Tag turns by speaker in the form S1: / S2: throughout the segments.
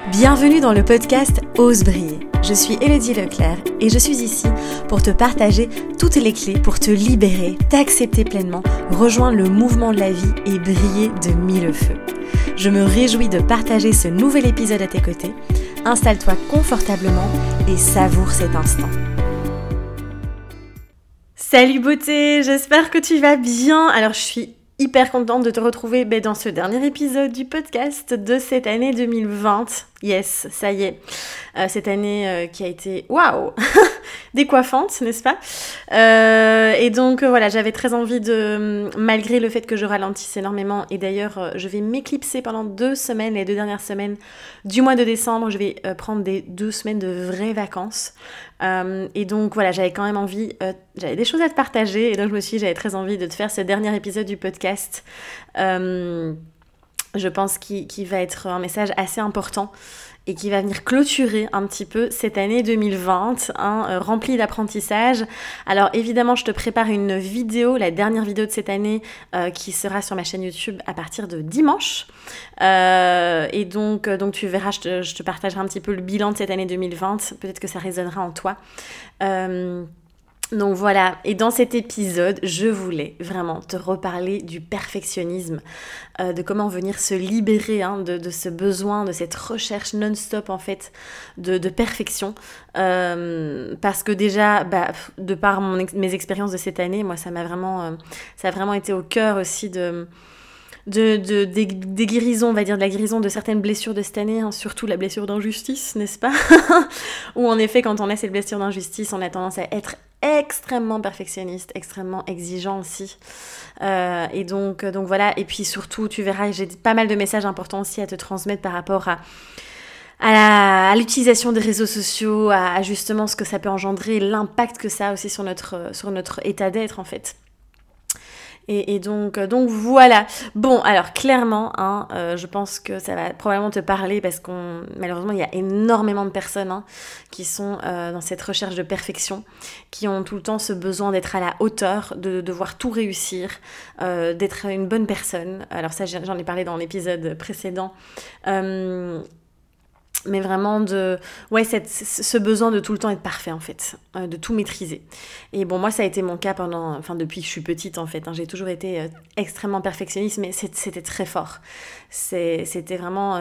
S1: Bienvenue dans le podcast Ose briller. Je suis Élodie Leclerc et je suis ici pour te partager toutes les clés pour te libérer, t'accepter pleinement, rejoindre le mouvement de la vie et briller de mille feux. Je me réjouis de partager ce nouvel épisode à tes côtés. Installe-toi confortablement et savoure cet instant. Salut beauté, j'espère que tu vas bien. Alors je suis hyper contente de te retrouver dans ce dernier épisode du podcast de cette année 2020. Yes, ça y est. Cette année qui a été, waouh, décoiffante, n'est-ce pas ? Et donc voilà, j'avais très envie de, malgré le fait que je ralentisse énormément, et d'ailleurs je vais m'éclipser pendant 2 semaines, les 2 dernières semaines du mois de décembre, je vais prendre des 2 semaines de vraies vacances. Et donc voilà, j'avais quand même envie, j'avais des choses à te partager, et donc je me suis dit, j'avais très envie de te faire ce dernier épisode du podcast. Je pense qu'il va être un message assez important et qui va venir clôturer un petit peu cette année 2020, remplie d'apprentissage. Alors évidemment, je te prépare une vidéo, la dernière vidéo de cette année, qui sera sur ma chaîne YouTube à partir de dimanche. Et donc tu verras, je te partagerai un petit peu le bilan de cette année 2020. Peut-être que ça résonnera en toi. Donc voilà, et dans cet épisode, je voulais vraiment te reparler du perfectionnisme, de comment venir se libérer de ce besoin, de cette recherche non-stop en fait de perfection, parce que déjà, de par mes expériences de cette année, moi ça a vraiment été au cœur aussi des guérisons, on va dire de la guérison de certaines blessures de cette année, surtout la blessure d'injustice, n'est-ce pas ? Où en effet, quand on a cette blessure d'injustice, on a tendance à être extrêmement perfectionniste, extrêmement exigeant aussi. Et donc voilà, et puis surtout, tu verras, j'ai pas mal de messages importants aussi à te transmettre par rapport à l'utilisation des réseaux sociaux, à justement ce que ça peut engendrer, l'impact que ça a aussi sur notre état d'être en fait. Et donc voilà. Bon, alors clairement, je pense que ça va probablement te parler parce malheureusement, il y a énormément de personnes qui sont dans cette recherche de perfection, qui ont tout le temps ce besoin d'être à la hauteur, de devoir tout réussir, d'être une bonne personne. Alors ça, j'en ai parlé dans l'épisode précédent. Mais vraiment ce besoin de tout le temps être parfait en fait, de tout maîtriser. Et bon, moi ça a été mon cas depuis que je suis petite en fait, j'ai toujours été extrêmement perfectionniste, mais c'était très fort. C'était vraiment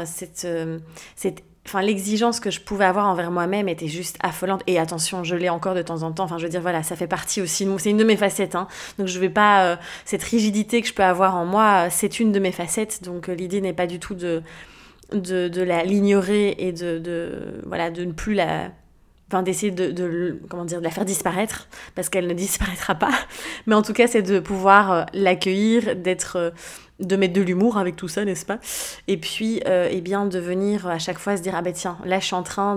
S1: l'exigence que je pouvais avoir envers moi-même était juste affolante. Et attention, je l'ai encore de temps en temps. Enfin, je veux dire, voilà, ça fait partie aussi. C'est une de mes facettes. Donc, je vais pas... cette rigidité que je peux avoir en moi, c'est une de mes facettes. Donc, l'idée n'est pas du tout de l'ignorer et de ne plus d'essayer de la faire disparaître, parce qu'elle ne disparaîtra pas. Mais en tout cas, c'est de pouvoir l'accueillir, de mettre de l'humour avec tout ça, n'est-ce pas ? Et puis, de venir à chaque fois se dire, tiens, là, je suis en train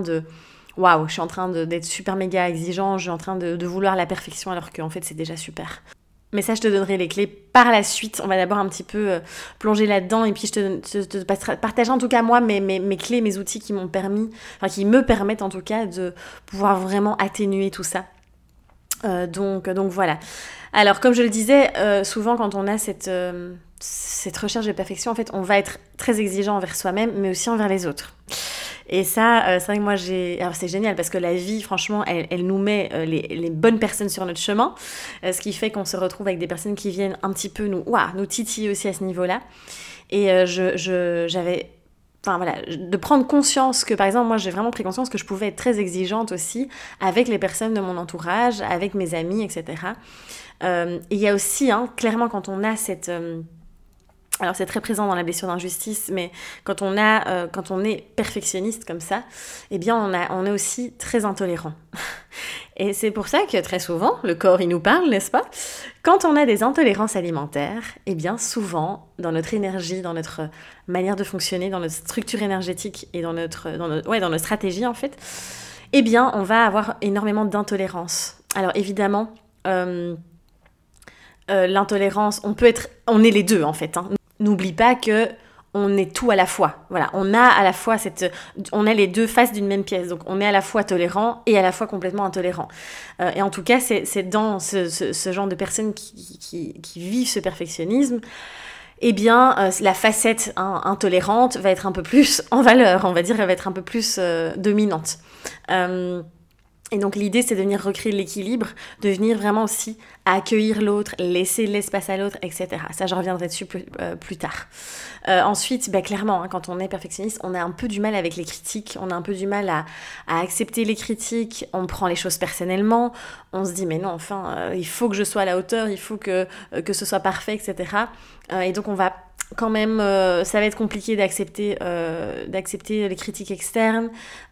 S1: d'être super méga exigeant, je suis en train de vouloir la perfection, alors qu'en fait, c'est déjà super. Mais ça, je te donnerai les clés par la suite. On va d'abord un petit peu plonger là-dedans et puis je te partagerai en tout cas moi mes clés, mes outils qui me permettent en tout cas de pouvoir vraiment atténuer tout ça. Donc voilà. Alors comme je le disais, souvent quand on a cette recherche de perfection, en fait, on va être très exigeant envers soi-même, mais aussi envers les autres. Et ça, c'est vrai que moi alors c'est génial parce que la vie, franchement, elle nous met les bonnes personnes sur notre chemin, ce qui fait qu'on se retrouve avec des personnes qui viennent un petit peu nous titiller aussi à ce niveau-là. Et j'avais... de prendre conscience que, par exemple, moi, j'ai vraiment pris conscience que je pouvais être très exigeante aussi avec les personnes de mon entourage, avec mes amis, etc. Et il y a aussi, clairement, quand on a cette... alors c'est très présent dans la blessure d'injustice, mais quand on est perfectionniste comme ça, on est aussi très intolérant. Et c'est pour ça que très souvent, le corps il nous parle, n'est-ce pas ? Quand on a des intolérances alimentaires, souvent, dans notre énergie, dans notre manière de fonctionner, dans notre structure énergétique et dans notre stratégie en fait, on va avoir énormément d'intolérance. Alors évidemment, l'intolérance, on est les deux en fait. N'oublie pas que on est tout à la fois. Voilà, on a les deux faces d'une même pièce. Donc, on est à la fois tolérant et à la fois complètement intolérant. Et en tout cas, c'est dans ce genre de personnes qui vivent ce perfectionnisme, eh bien, la facette intolérante va être un peu plus en valeur, on va dire, elle va être un peu plus dominante. Et donc l'idée, c'est de venir recréer l'équilibre, de venir vraiment aussi accueillir l'autre, laisser l'espace à l'autre, etc. Ça, je reviendrai dessus plus tard. Ensuite, clairement, quand on est perfectionniste, on a un peu du mal avec les critiques, on a un peu du mal à accepter les critiques, on prend les choses personnellement, on se dit mais non, enfin, il faut que je sois à la hauteur, il faut que ce soit parfait, etc. Et donc on va quand même, ça va être compliqué d'accepter les critiques externes.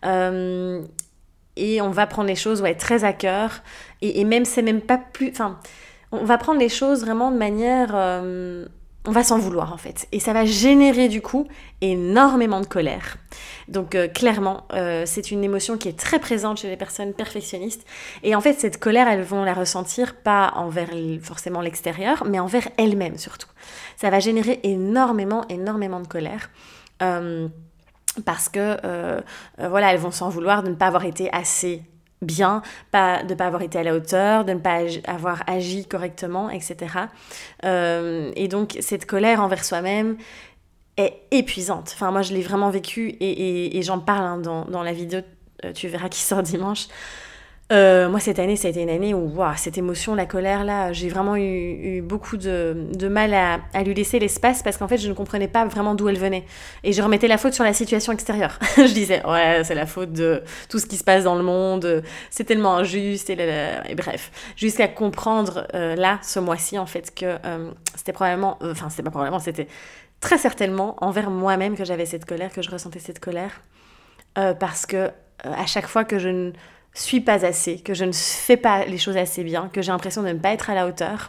S1: Et on va prendre les choses très à cœur. Et même, c'est même pas plus... Enfin, on va prendre les choses vraiment de manière... on va s'en vouloir, en fait. Et ça va générer, du coup, énormément de colère. Donc, clairement, c'est une émotion qui est très présente chez les personnes perfectionnistes. Et en fait, cette colère, elles vont la ressentir pas envers forcément l'extérieur, mais envers elles-mêmes, surtout. Ça va générer énormément de colère. Parce que elles vont s'en vouloir de ne pas avoir été assez bien, de ne pas avoir été à la hauteur, de ne pas avoir agi correctement, etc. Et donc cette colère envers soi-même est épuisante. Enfin, moi je l'ai vraiment vécu et j'en parle dans la vidéo, tu verras, qui sort dimanche. Moi cette année, ça a été une année où cette émotion, la colère là, j'ai vraiment eu beaucoup de mal à lui laisser l'espace parce qu'en fait je ne comprenais pas vraiment d'où elle venait et je remettais la faute sur la situation extérieure. Je disais c'est la faute de tout ce qui se passe dans le monde, c'est tellement injuste et bref, jusqu'à comprendre là ce mois-ci en fait que c'était c'était très certainement envers moi-même que j'avais cette colère, que je ressentais cette colère parce que à chaque fois que je ne suis pas assez, que je ne fais pas les choses assez bien, que j'ai l'impression de ne pas être à la hauteur,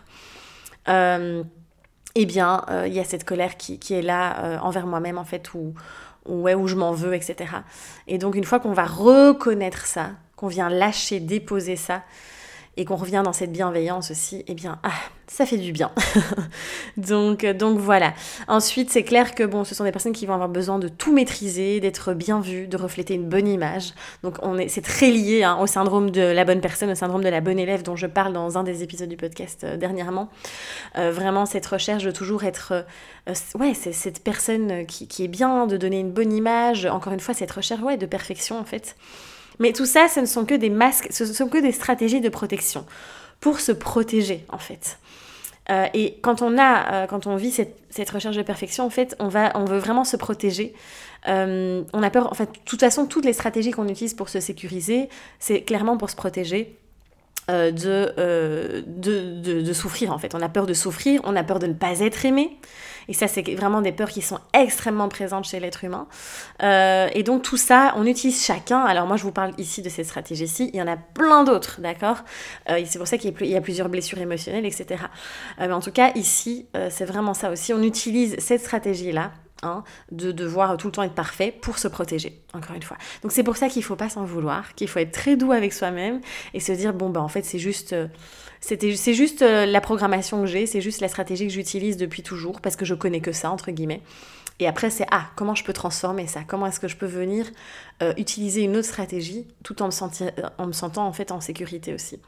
S1: il y a cette colère qui est là envers moi-même en fait, où je m'en veux, etc. Et donc une fois qu'on va reconnaître ça, qu'on vient lâcher, déposer ça, et qu'on revient dans cette bienveillance aussi, ça fait du bien. donc voilà. Ensuite, c'est clair que ce sont des personnes qui vont avoir besoin de tout maîtriser, d'être bien vues, de refléter une bonne image. Donc c'est très lié au syndrome de la bonne personne, au syndrome de la bonne élève dont je parle dans un des épisodes du podcast dernièrement. Vraiment, cette recherche de toujours être... c'est cette personne qui est bien, de donner une bonne image. Encore une fois, cette recherche de perfection en fait. Mais tout ça, ce ne sont que des masques, ce ne sont que des stratégies de protection, pour se protéger, en fait. Et quand on vit cette recherche de perfection, en fait, on veut vraiment se protéger. On a peur, en fait, de toute façon, toutes les stratégies qu'on utilise pour se sécuriser, c'est clairement pour se protéger de souffrir, en fait. On a peur de souffrir, on a peur de ne pas être aimé. Et ça, c'est vraiment des peurs qui sont extrêmement présentes chez l'être humain. Et donc, tout ça, on utilise chacun. Alors, moi, je vous parle ici de cette stratégie-ci. Il y en a plein d'autres, d'accord ? C'est pour ça qu'il y a plusieurs blessures émotionnelles, etc. Mais en tout cas, ici, c'est vraiment ça aussi. On utilise cette stratégie-là, de devoir tout le temps être parfait pour se protéger, encore une fois. Donc c'est pour ça qu'il ne faut pas s'en vouloir, qu'il faut être très doux avec soi-même et se dire en fait c'est juste la programmation que j'ai, c'est juste la stratégie que j'utilise depuis toujours parce que je connais que ça, entre guillemets. Et après c'est comment je peux transformer ça, comment est-ce que je peux venir utiliser une autre stratégie tout en me sentant en fait en sécurité aussi.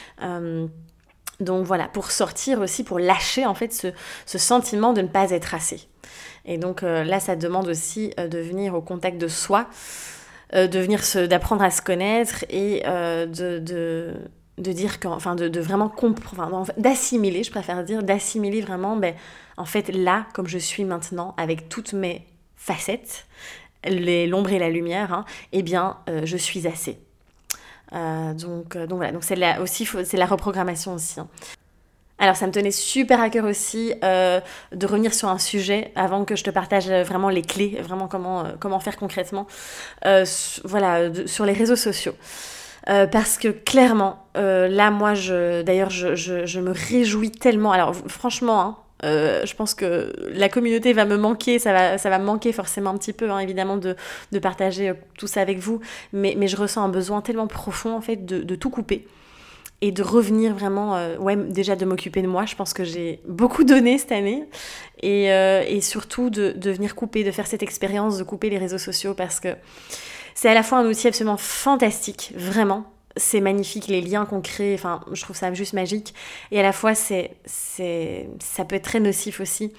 S1: Donc voilà, pour sortir aussi, pour lâcher en fait ce sentiment de ne pas être assez. Et donc là, ça demande aussi de venir au contact de soi, d'apprendre à se connaître et de dire de vraiment comprendre, d'assimiler, je préfère dire, d'assimiler vraiment, en fait là, comme je suis maintenant, avec toutes mes facettes, l'ombre et la lumière, je suis assez. Donc voilà, donc c'est la reprogrammation aussi. Alors ça me tenait super à cœur aussi de revenir sur un sujet avant que je te partage vraiment les clés, vraiment comment faire concrètement, sur les réseaux sociaux. Parce que clairement, là moi je me réjouis tellement. Alors franchement, je pense que la communauté va me manquer, ça va me manquer forcément un petit peu, évidemment, de partager tout ça avec vous, mais je ressens un besoin tellement profond en fait de tout couper. Et de revenir vraiment, déjà de m'occuper de moi. Je pense que j'ai beaucoup donné cette année. Et surtout de venir couper, de faire cette expérience de couper les réseaux sociaux parce que c'est à la fois un outil absolument fantastique, vraiment. C'est magnifique, les liens qu'on crée, je trouve ça juste magique. Et à la fois, ça peut être très nocif aussi.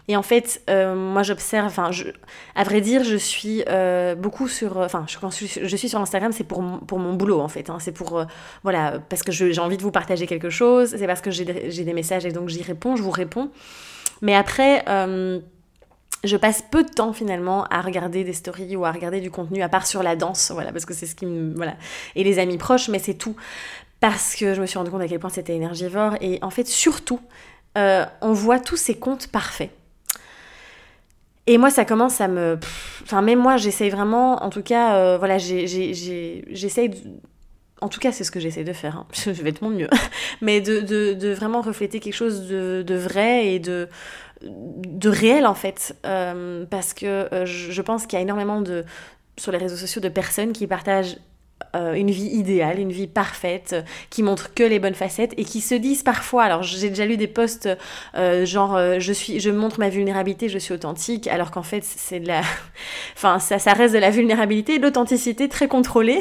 S1: Et en fait, moi j'observe, à vrai dire, je suis beaucoup sur, quand je suis sur Instagram, c'est pour mon boulot en fait, hein. C'est pour, voilà, parce que j'ai envie de vous partager quelque chose, c'est parce que j'ai des messages et donc j'y réponds, je vous réponds. Mais après, je passe peu de temps finalement à regarder des stories ou à regarder du contenu, à part sur la danse, voilà, parce que c'est ce qui me, voilà, et les amis proches, mais c'est tout. Parce que je me suis rendu compte à quel point c'était énergivore, et en fait, surtout, on voit tous ces comptes parfaits. Et moi, ça commence à me... même moi, j'essaye vraiment, en tout cas, voilà, j'essaye... En tout cas, c'est ce que j'essaie de faire. Hein. Je vais de mon mieux. Mais de vraiment refléter quelque chose de vrai et de réel, en fait. Parce que je pense qu'il y a énormément sur les réseaux sociaux de personnes qui partagent une vie idéale, une vie parfaite, qui montre que les bonnes facettes et qui se disent parfois, alors j'ai déjà lu des posts je montre ma vulnérabilité, je suis authentique, alors qu'en fait c'est de la... ça reste de la vulnérabilité et de l'authenticité très contrôlée.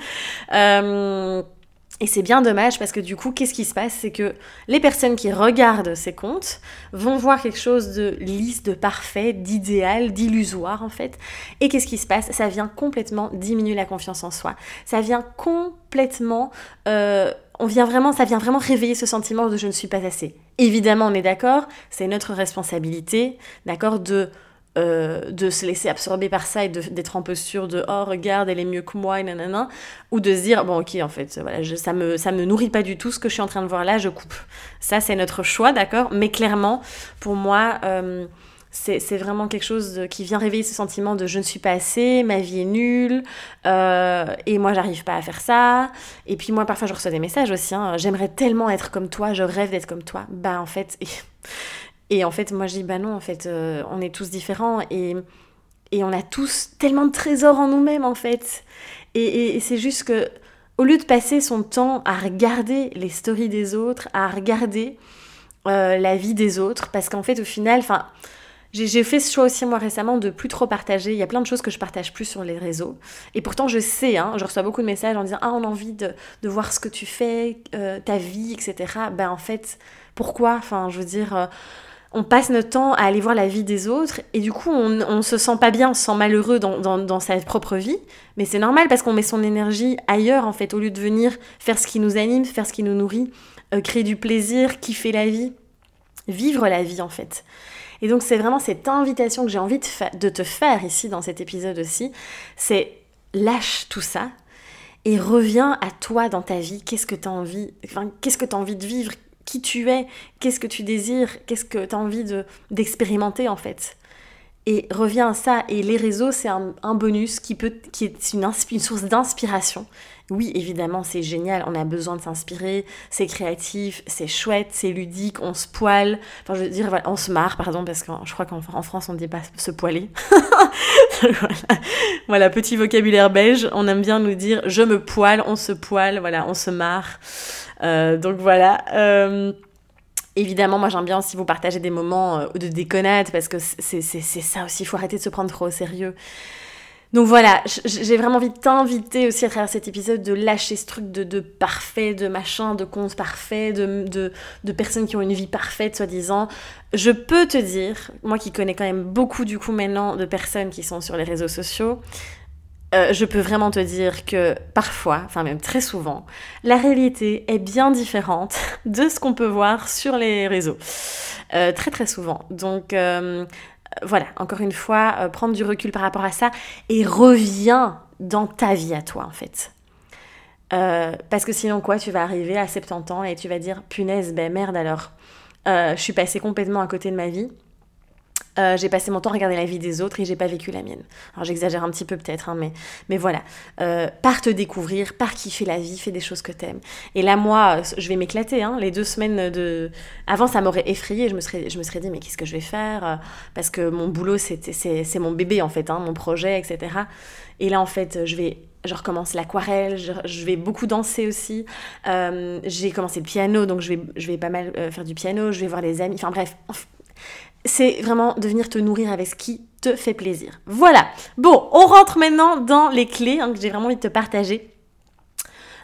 S1: Et c'est bien dommage parce que du coup, qu'est-ce qui se passe ? C'est que les personnes qui regardent ces comptes vont voir quelque chose de lisse, de parfait, d'idéal, d'illusoire en fait. Et qu'est-ce qui se passe ? Ça vient complètement diminuer la confiance en soi. Ça vient complètement... ça vient vraiment réveiller ce sentiment de je ne suis pas assez. Évidemment, on est d'accord, c'est notre responsabilité, d'accord, de se laisser absorber par ça et d'être en posture de oh regarde elle est mieux que moi et nanana, ou de se dire bon ok en fait voilà ça me nourrit pas du tout ce que je suis en train de voir là, je coupe. Ça c'est notre choix, d'accord, mais clairement pour moi c'est vraiment quelque chose qui vient réveiller ce sentiment de je ne suis pas assez, ma vie est nulle, et moi j'arrive pas à faire ça. Et puis moi parfois je reçois des messages aussi, hein, j'aimerais tellement être comme toi, je rêve d'être comme toi. Bah en fait et en fait, moi, je dis, bah non, en fait, on est tous différents et on a tous tellement de trésors en nous-mêmes, en fait. Et c'est juste que, au lieu de passer son temps à regarder les stories des autres, à regarder la vie des autres, parce qu'en fait, au final, j'ai fait ce choix aussi, moi, récemment, de plus trop partager. Il y a plein de choses que je partage plus sur les réseaux. Et pourtant, je sais, hein, je reçois beaucoup de messages en disant « Ah, on a envie de voir ce que tu fais, ta vie, etc. » Ben, en fait, pourquoi ? Je veux dire... on passe notre temps à aller voir la vie des autres et du coup on se sent pas bien, on se sent malheureux dans sa propre vie, mais c'est normal parce qu'on met son énergie ailleurs en fait, au lieu de venir faire ce qui nous anime, faire ce qui nous nourrit, créer du plaisir, kiffer la vie, vivre la vie en fait. Et donc c'est vraiment cette invitation que j'ai envie de te faire ici dans cet épisode aussi, c'est lâche tout ça et reviens à toi dans ta vie, qu'est-ce que t'as envie de vivre, qui tu es, qu'est-ce que tu désires, qu'est-ce que tu as envie d'expérimenter en fait. Et reviens à ça, et les réseaux c'est un bonus qui est une source d'inspiration. Oui, évidemment, c'est génial, on a besoin de s'inspirer, c'est créatif, c'est chouette, c'est ludique, on se poile, je veux dire, voilà, on se marre, pardon, parce que je crois qu'en France, on ne dit pas se poiler. Voilà, petit vocabulaire belge, on aime bien nous dire je me poile, on se poile, voilà, on se marre. Donc voilà. Évidemment, moi j'aime bien aussi vous partager des moments de déconnade parce que c'est ça aussi, il faut arrêter de se prendre trop au sérieux. Donc voilà, j'ai vraiment envie de t'inviter aussi à travers cet épisode de lâcher ce truc de parfait, de machin, de compte parfait, de personnes qui ont une vie parfaite soi-disant. Je peux te dire, moi qui connais quand même beaucoup du coup maintenant de personnes qui sont sur les réseaux sociaux, je peux vraiment te dire que parfois, même très souvent, la réalité est bien différente de ce qu'on peut voir sur les réseaux. Très très souvent. Donc voilà, encore une fois, prendre du recul par rapport à ça et reviens dans ta vie à toi en fait. Parce que sinon quoi, tu vas arriver à 70 ans et tu vas dire punaise, merde alors, je suis passée complètement à côté de ma vie. J'ai passé mon temps à regarder la vie des autres et j'ai pas vécu la mienne. Alors j'exagère un petit peu peut-être, hein, mais voilà. Pars te découvrir, pars kiffer la vie, fais des choses que t'aimes. Et là moi, je vais m'éclater. Hein, les 2 semaines avant ça m'aurait effrayée. Je me serais dit mais qu'est-ce que je vais faire ? Parce que mon boulot c'est mon bébé en fait, hein, mon projet, etc. Et là en fait je recommence l'aquarelle, je vais beaucoup danser aussi. J'ai commencé le piano, donc je vais pas mal faire du piano. Je vais voir les amis. Enfin bref. C'est vraiment de venir te nourrir avec ce qui te fait plaisir. Voilà. Bon, on rentre maintenant dans les clés que j'ai vraiment envie de te partager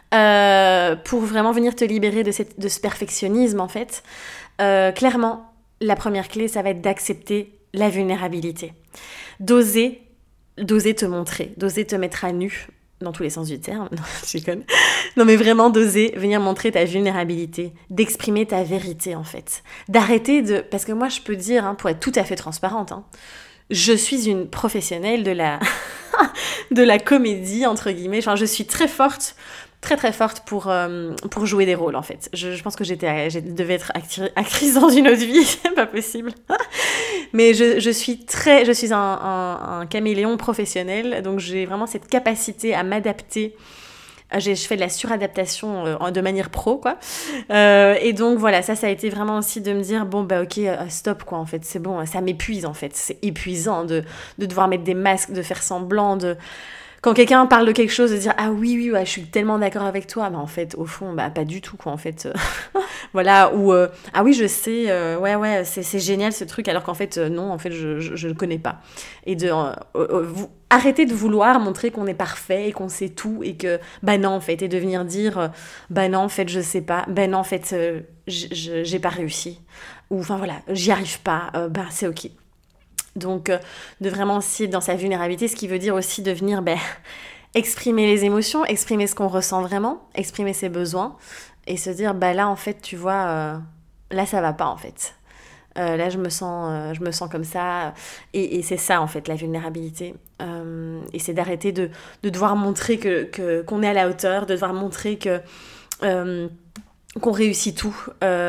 S1: pour vraiment venir te libérer de ce perfectionnisme en fait. Clairement, la première clé, ça va être d'accepter la vulnérabilité. D'oser te montrer, d'oser te mettre à nu, dans tous les sens du terme, non, je déconne. Non mais vraiment d'oser venir montrer ta vulnérabilité, d'exprimer ta vérité en fait. D'arrêter de... Parce que moi je peux dire, pour être tout à fait transparente, je suis une professionnelle de la... de la comédie, entre guillemets. Enfin, je suis très forte, très très forte pour jouer des rôles en fait. Je pense que je devais être actrice dans une autre vie, c'est pas possible. Mais je suis un caméléon professionnel, donc j'ai vraiment cette capacité à m'adapter. Je fais de la suradaptation de manière pro, quoi. Et donc voilà, ça a été vraiment aussi de me dire, bon bah ok, stop quoi, en fait, c'est bon, ça m'épuise en fait. C'est épuisant de devoir mettre des masques, de faire semblant, quand quelqu'un parle de quelque chose, de dire « Ah oui, ouais, je suis tellement d'accord avec toi », mais en fait, au fond, pas du tout, quoi, en fait. Voilà, ou « Ah oui, je sais, ouais, c'est génial ce truc », alors qu'en fait, non, en fait, je ne connais pas. Et arrêter de vouloir montrer qu'on est parfait et qu'on sait tout, et que, non, en fait, et de venir dire « non, en fait, je sais pas, non, en fait, j'ai pas réussi », ou enfin voilà, j'y arrive pas, c'est ok. Donc, de vraiment aussi être dans sa vulnérabilité, ce qui veut dire aussi de venir exprimer les émotions, exprimer ce qu'on ressent vraiment, exprimer ses besoins, et se dire, là, en fait, tu vois, là, ça va pas, en fait. Là, je me sens comme ça. Et c'est ça, en fait, la vulnérabilité. Et c'est d'arrêter de devoir montrer qu'on est à la hauteur, de devoir montrer qu'on réussit tout.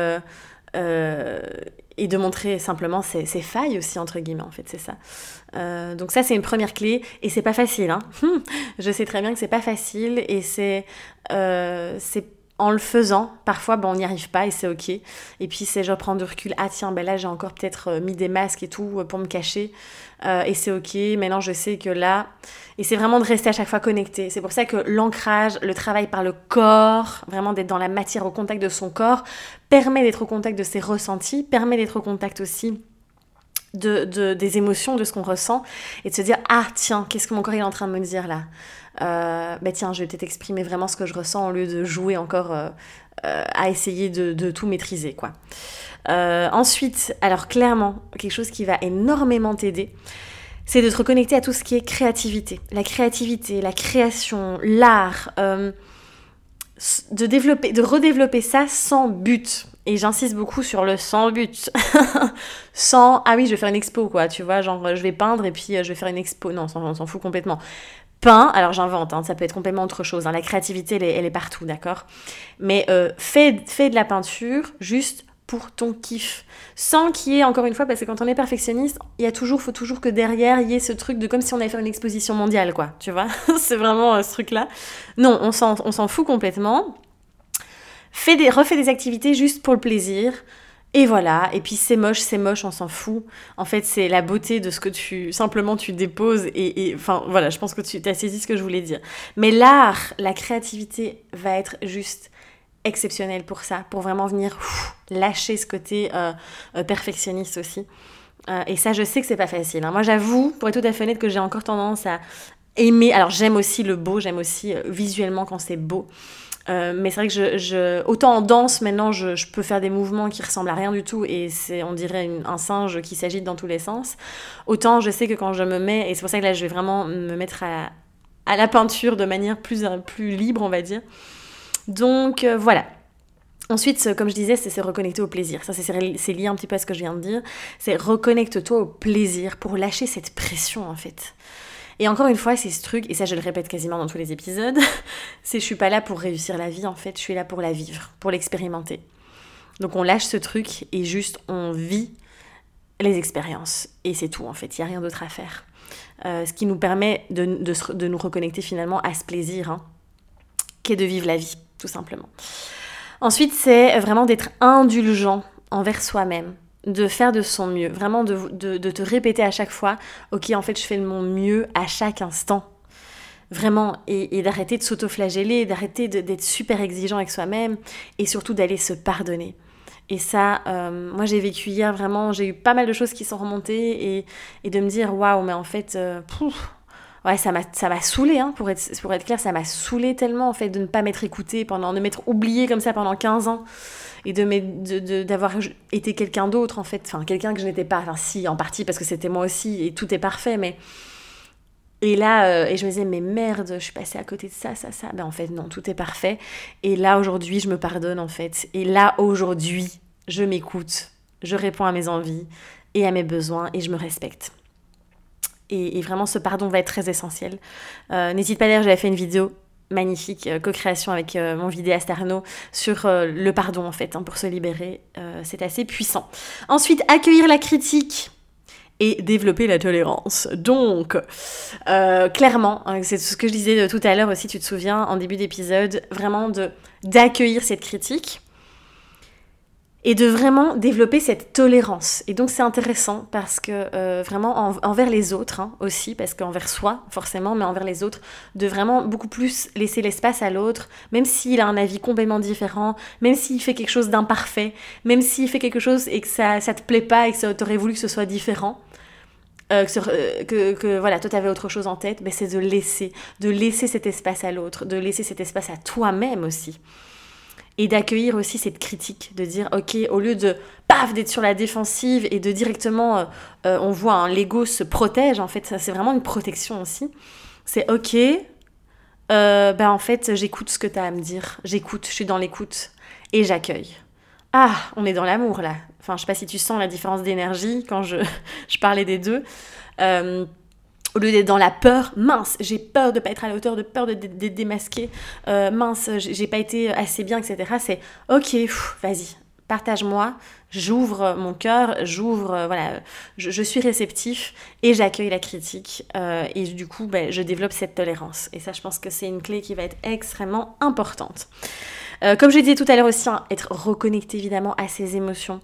S1: Et de montrer simplement ses failles aussi, entre guillemets, en fait, c'est ça. Donc ça, c'est une première clé, et c'est pas facile, Je sais très bien que c'est pas facile, et c'est en le faisant, parfois, on n'y arrive pas, et c'est ok. Et puis, c'est je prends du recul, tiens, là, j'ai encore peut-être mis des masques et tout pour me cacher, et c'est ok, maintenant, je sais que là... Et c'est vraiment de rester à chaque fois connecté. C'est pour ça que l'ancrage, le travail par le corps, vraiment d'être dans la matière, au contact de son corps, permet d'être au contact de ses ressentis, permet d'être au contact aussi des émotions, de ce qu'on ressent, et de se dire, tiens, qu'est-ce que mon corps est en train de me dire là ? Tiens, je vais peut-être exprimer vraiment ce que je ressens au lieu de jouer encore à essayer de tout maîtriser, quoi. Ensuite, alors clairement, quelque chose qui va énormément t'aider, c'est de te reconnecter à tout ce qui est créativité, la création, l'art, de redévelopper ça sans but. Et j'insiste beaucoup sur le sans but. Sans, oui, je vais faire une expo, quoi, tu vois, genre, je vais peindre et puis je vais faire une expo. Non, on s'en fout complètement. Peint, alors j'invente, ça peut être complètement autre chose. La créativité, elle est partout, d'accord ? Mais fais de la peinture juste pour ton kiff. Sans qu'il y ait, encore une fois, parce que quand on est perfectionniste, faut toujours que derrière, il y ait ce truc de comme si on allait faire une exposition mondiale, quoi, tu vois ? C'est vraiment ce truc-là. Non, on s'en fout complètement. Refais des activités juste pour le plaisir. Et voilà, et puis c'est moche, on s'en fout. En fait, c'est la beauté de ce que tu déposes, et enfin, voilà, je pense que tu as saisi ce que je voulais dire. Mais l'art, la créativité va être juste exceptionnelle pour ça, pour vraiment venir lâcher ce côté perfectionniste aussi. Et ça, je sais que c'est pas facile. Moi, j'avoue, pour être tout à fait honnête, que j'ai encore tendance à aimer... Alors, j'aime aussi le beau, j'aime aussi visuellement quand c'est beau. Mais c'est vrai que autant en danse maintenant je peux faire des mouvements qui ressemblent à rien du tout, et on dirait un singe qui s'agite dans tous les sens, autant je sais que quand je me mets, et c'est pour ça que là je vais vraiment me mettre à la peinture de manière plus libre, on va dire. Donc voilà. Ensuite, comme je disais, c'est se reconnecter au plaisir. Ça, c'est lié un petit peu à ce que je viens de dire. C'est reconnecte-toi au plaisir pour lâcher cette pression, en fait. Et encore une fois, c'est ce truc, et ça je le répète quasiment dans tous les épisodes, c'est je suis pas là pour réussir la vie, en fait, je suis là pour la vivre, pour l'expérimenter. Donc on lâche ce truc et juste on vit les expériences. Et c'est tout, en fait, il n'y a rien d'autre à faire. Ce qui nous permet de nous reconnecter finalement à ce plaisir, qu'est de vivre la vie, tout simplement. Ensuite, c'est vraiment d'être indulgent envers soi-même, de faire de son mieux, vraiment de te répéter à chaque fois, ok, en fait, je fais de mon mieux à chaque instant. Vraiment, et d'arrêter de s'auto-flageller, d'arrêter d'être super exigeant avec soi-même, et surtout d'aller se pardonner. Et ça, moi j'ai vécu hier, vraiment, j'ai eu pas mal de choses qui sont remontées, et de me dire, waouh, mais en fait, Ouais, ça m'a saoulée, hein, pour être clair, ça m'a saoulée tellement, en fait, de ne pas m'être écoutée de m'être oubliée comme ça pendant 15 ans, et d'avoir été quelqu'un d'autre, en fait, enfin, quelqu'un que je n'étais pas, enfin, si, en partie, parce que c'était moi aussi, et tout est parfait, mais... Et là, et je me disais, mais merde, je suis passée à côté de ça. Ben, en fait, non, tout est parfait. Et là, aujourd'hui, je me pardonne, en fait. Et là, aujourd'hui, je m'écoute, je réponds à mes envies et à mes besoins, et je me respecte. Et vraiment, ce pardon va être très essentiel. N'hésite pas, d'ailleurs, j'avais fait une vidéo magnifique, co-création avec mon vidéaste Arnaud, sur le pardon, en fait, hein, pour se libérer. C'est assez puissant. Ensuite, accueillir la critique et développer la tolérance. Donc, clairement, hein, c'est ce que je disais tout à l'heure aussi, tu te souviens, en début d'épisode, vraiment d'accueillir cette critique, et de vraiment développer cette tolérance. Et donc c'est intéressant parce que vraiment envers les autres, hein, aussi, parce qu'envers soi forcément, mais envers les autres, de vraiment beaucoup plus laisser l'espace à l'autre, même s'il a un avis complètement différent, même s'il fait quelque chose d'imparfait, même s'il fait quelque chose et que ça te plaît pas et que t'aurais voulu que ce soit différent, que voilà, toi t'avais autre chose en tête, ben c'est de laisser cet espace à l'autre, de laisser cet espace à toi-même aussi. Et d'accueillir aussi cette critique, de dire ok, au lieu de paf d'être sur la défensive et de directement, on voit, hein, l'ego se protège, en fait, ça c'est vraiment une protection aussi. C'est ok, en fait j'écoute ce que tu as à me dire, je suis dans l'écoute et j'accueille. Ah, on est dans l'amour là. Enfin, je sais pas si tu sens la différence d'énergie quand je parlais des deux. Au lieu d'être dans la peur, mince, j'ai peur de pas être à la hauteur, de peur d'être démasquée, mince, j'ai pas été assez bien, etc. C'est ok, vas-y, partage-moi, j'ouvre mon cœur, voilà, je suis réceptif et j'accueille la critique, et du coup, je développe cette tolérance. Et ça, je pense que c'est une clé qui va être extrêmement importante. Comme je disais tout à l'heure aussi, hein, être reconnecté évidemment à ses émotions,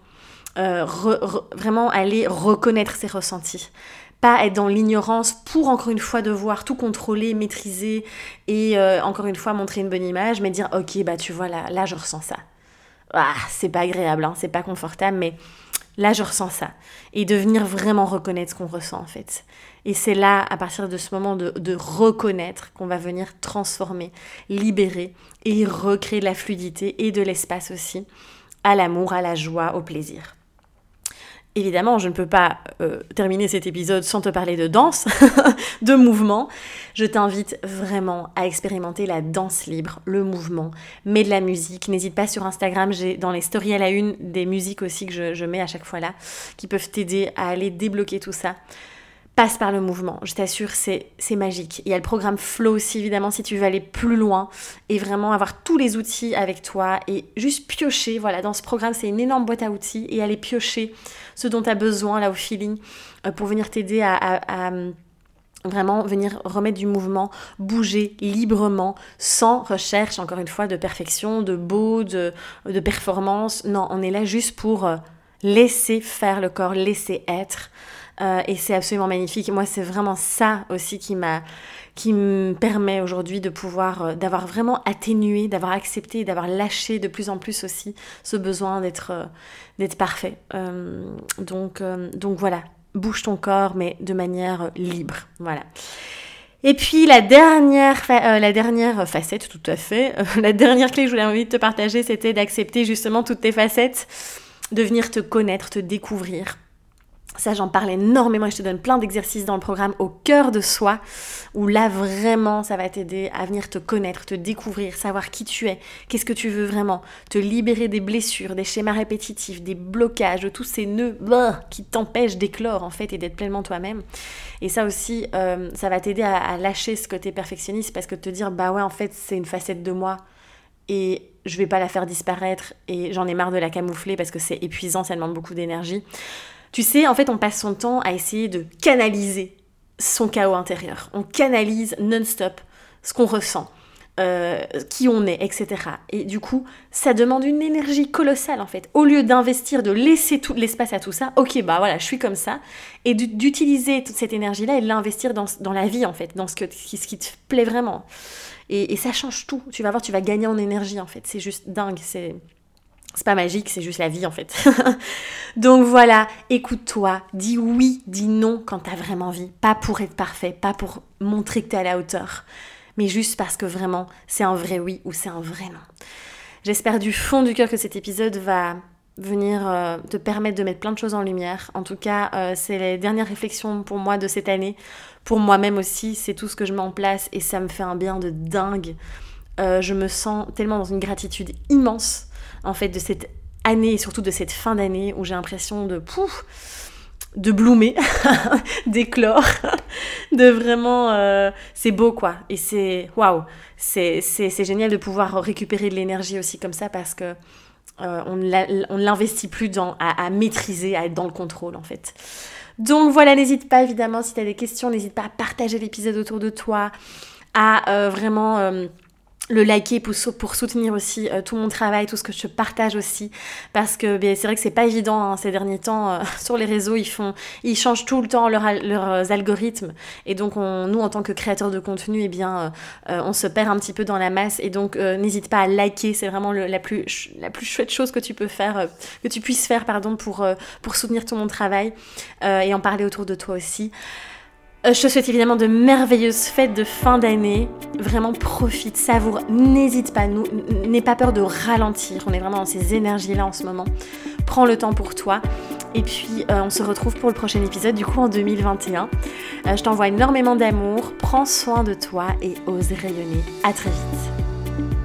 S1: vraiment aller reconnaître ses ressentis. Pas être dans l'ignorance pour encore une fois devoir tout contrôler, maîtriser et encore une fois montrer une bonne image, mais dire ok, tu vois, là je ressens ça. Ah, c'est pas agréable, hein, c'est pas confortable, mais là je ressens ça. Et de venir vraiment reconnaître ce qu'on ressent, en fait. Et c'est là, à partir de ce moment de reconnaître, qu'on va venir transformer, libérer et recréer de la fluidité et de l'espace aussi à l'amour, à la joie, au plaisir. Évidemment, je ne peux pas terminer cet épisode sans te parler de danse, de mouvement. Je t'invite vraiment à expérimenter la danse libre, le mouvement, mais de la musique. N'hésite pas, sur Instagram, j'ai dans les stories à la une des musiques aussi que je mets à chaque fois là, qui peuvent t'aider à aller débloquer tout ça. Passe par le mouvement, je t'assure, c'est magique. Il y a le programme Flow aussi, évidemment, si tu veux aller plus loin et vraiment avoir tous les outils avec toi et juste piocher. Voilà, dans ce programme, c'est une énorme boîte à outils, et aller piocher ce dont tu as besoin là au feeling, pour venir t'aider à vraiment venir remettre du mouvement, bouger librement, sans recherche, encore une fois, de perfection, de beau, de performance. Non, on est là juste pour laisser faire le corps, laisser être. Et c'est absolument magnifique. Moi, c'est vraiment ça aussi qui me permet aujourd'hui de pouvoir, d'avoir vraiment atténué, d'avoir accepté, d'avoir lâché de plus en plus aussi ce besoin d'être parfait. Donc voilà, bouge ton corps, mais de manière libre. Voilà. Et puis la dernière facette, tout à fait, la dernière clé que je voulais envie de te partager, c'était d'accepter justement toutes tes facettes, de venir te connaître, te découvrir. Ça, j'en parle énormément et je te donne plein d'exercices dans le programme Au cœur de soi, où là, vraiment, ça va t'aider à venir te connaître, te découvrir, savoir qui tu es, qu'est-ce que tu veux vraiment, te libérer des blessures, des schémas répétitifs, des blocages, de tous ces nœuds qui t'empêchent d'éclore, en fait, et d'être pleinement toi-même. Et ça aussi, ça va t'aider à lâcher ce côté perfectionniste, parce que te dire, ouais, en fait, c'est une facette de moi, et je vais pas la faire disparaître, et j'en ai marre de la camoufler, parce que c'est épuisant, ça demande beaucoup d'énergie. Tu sais, en fait, on passe son temps à essayer de canaliser son chaos intérieur. On canalise non-stop ce qu'on ressent, qui on est, etc. Et du coup, ça demande une énergie colossale, en fait. Au lieu d'investir, de laisser tout l'espace à tout ça, ok, voilà, je suis comme ça, et d'utiliser toute cette énergie-là et de l'investir dans la vie, en fait, dans ce qui te plaît vraiment. Et ça change tout. Tu vas voir, tu vas gagner en énergie, en fait. C'est juste dingue, C'est pas magique, c'est juste la vie en fait. Donc voilà, écoute-toi, dis oui, dis non quand t'as vraiment envie. Pas pour être parfait, pas pour montrer que t'es à la hauteur, mais juste parce que vraiment c'est un vrai oui ou c'est un vrai non. J'espère du fond du cœur que cet épisode va venir te permettre de mettre plein de choses en lumière. En tout cas, c'est les dernières réflexions pour moi de cette année. Pour moi-même aussi, c'est tout ce que je mets en place et ça me fait un bien de dingue. Je me sens tellement dans une gratitude immense en fait de cette année et surtout de cette fin d'année où j'ai l'impression de bloomer, d'éclore, de vraiment... c'est beau quoi. Et c'est... Waouh, c'est génial de pouvoir récupérer de l'énergie aussi comme ça parce que on ne l'investit plus à maîtriser, à être dans le contrôle en fait. Donc voilà, n'hésite pas évidemment, si tu as des questions, n'hésite pas à partager l'épisode autour de toi, à vraiment... le liker pour soutenir aussi tout mon travail, tout ce que je partage aussi, parce que c'est vrai que c'est pas évident hein, ces derniers temps sur les réseaux, ils changent tout le temps leurs algorithmes et donc nous en tant que créateurs de contenu on se perd un petit peu dans la masse et donc n'hésite pas à liker, c'est vraiment la plus chouette chose que tu peux faire, que tu puisses faire pour soutenir tout mon travail et en parler autour de toi aussi. Je te souhaite évidemment de merveilleuses fêtes de fin d'année. Vraiment profite, savoure, n'hésite pas, n'aie pas peur de ralentir. On est vraiment dans ces énergies-là en ce moment. Prends le temps pour toi. Et puis on se retrouve pour le prochain épisode, du coup en 2021. Je t'envoie énormément d'amour, prends soin de toi et ose rayonner. À très vite.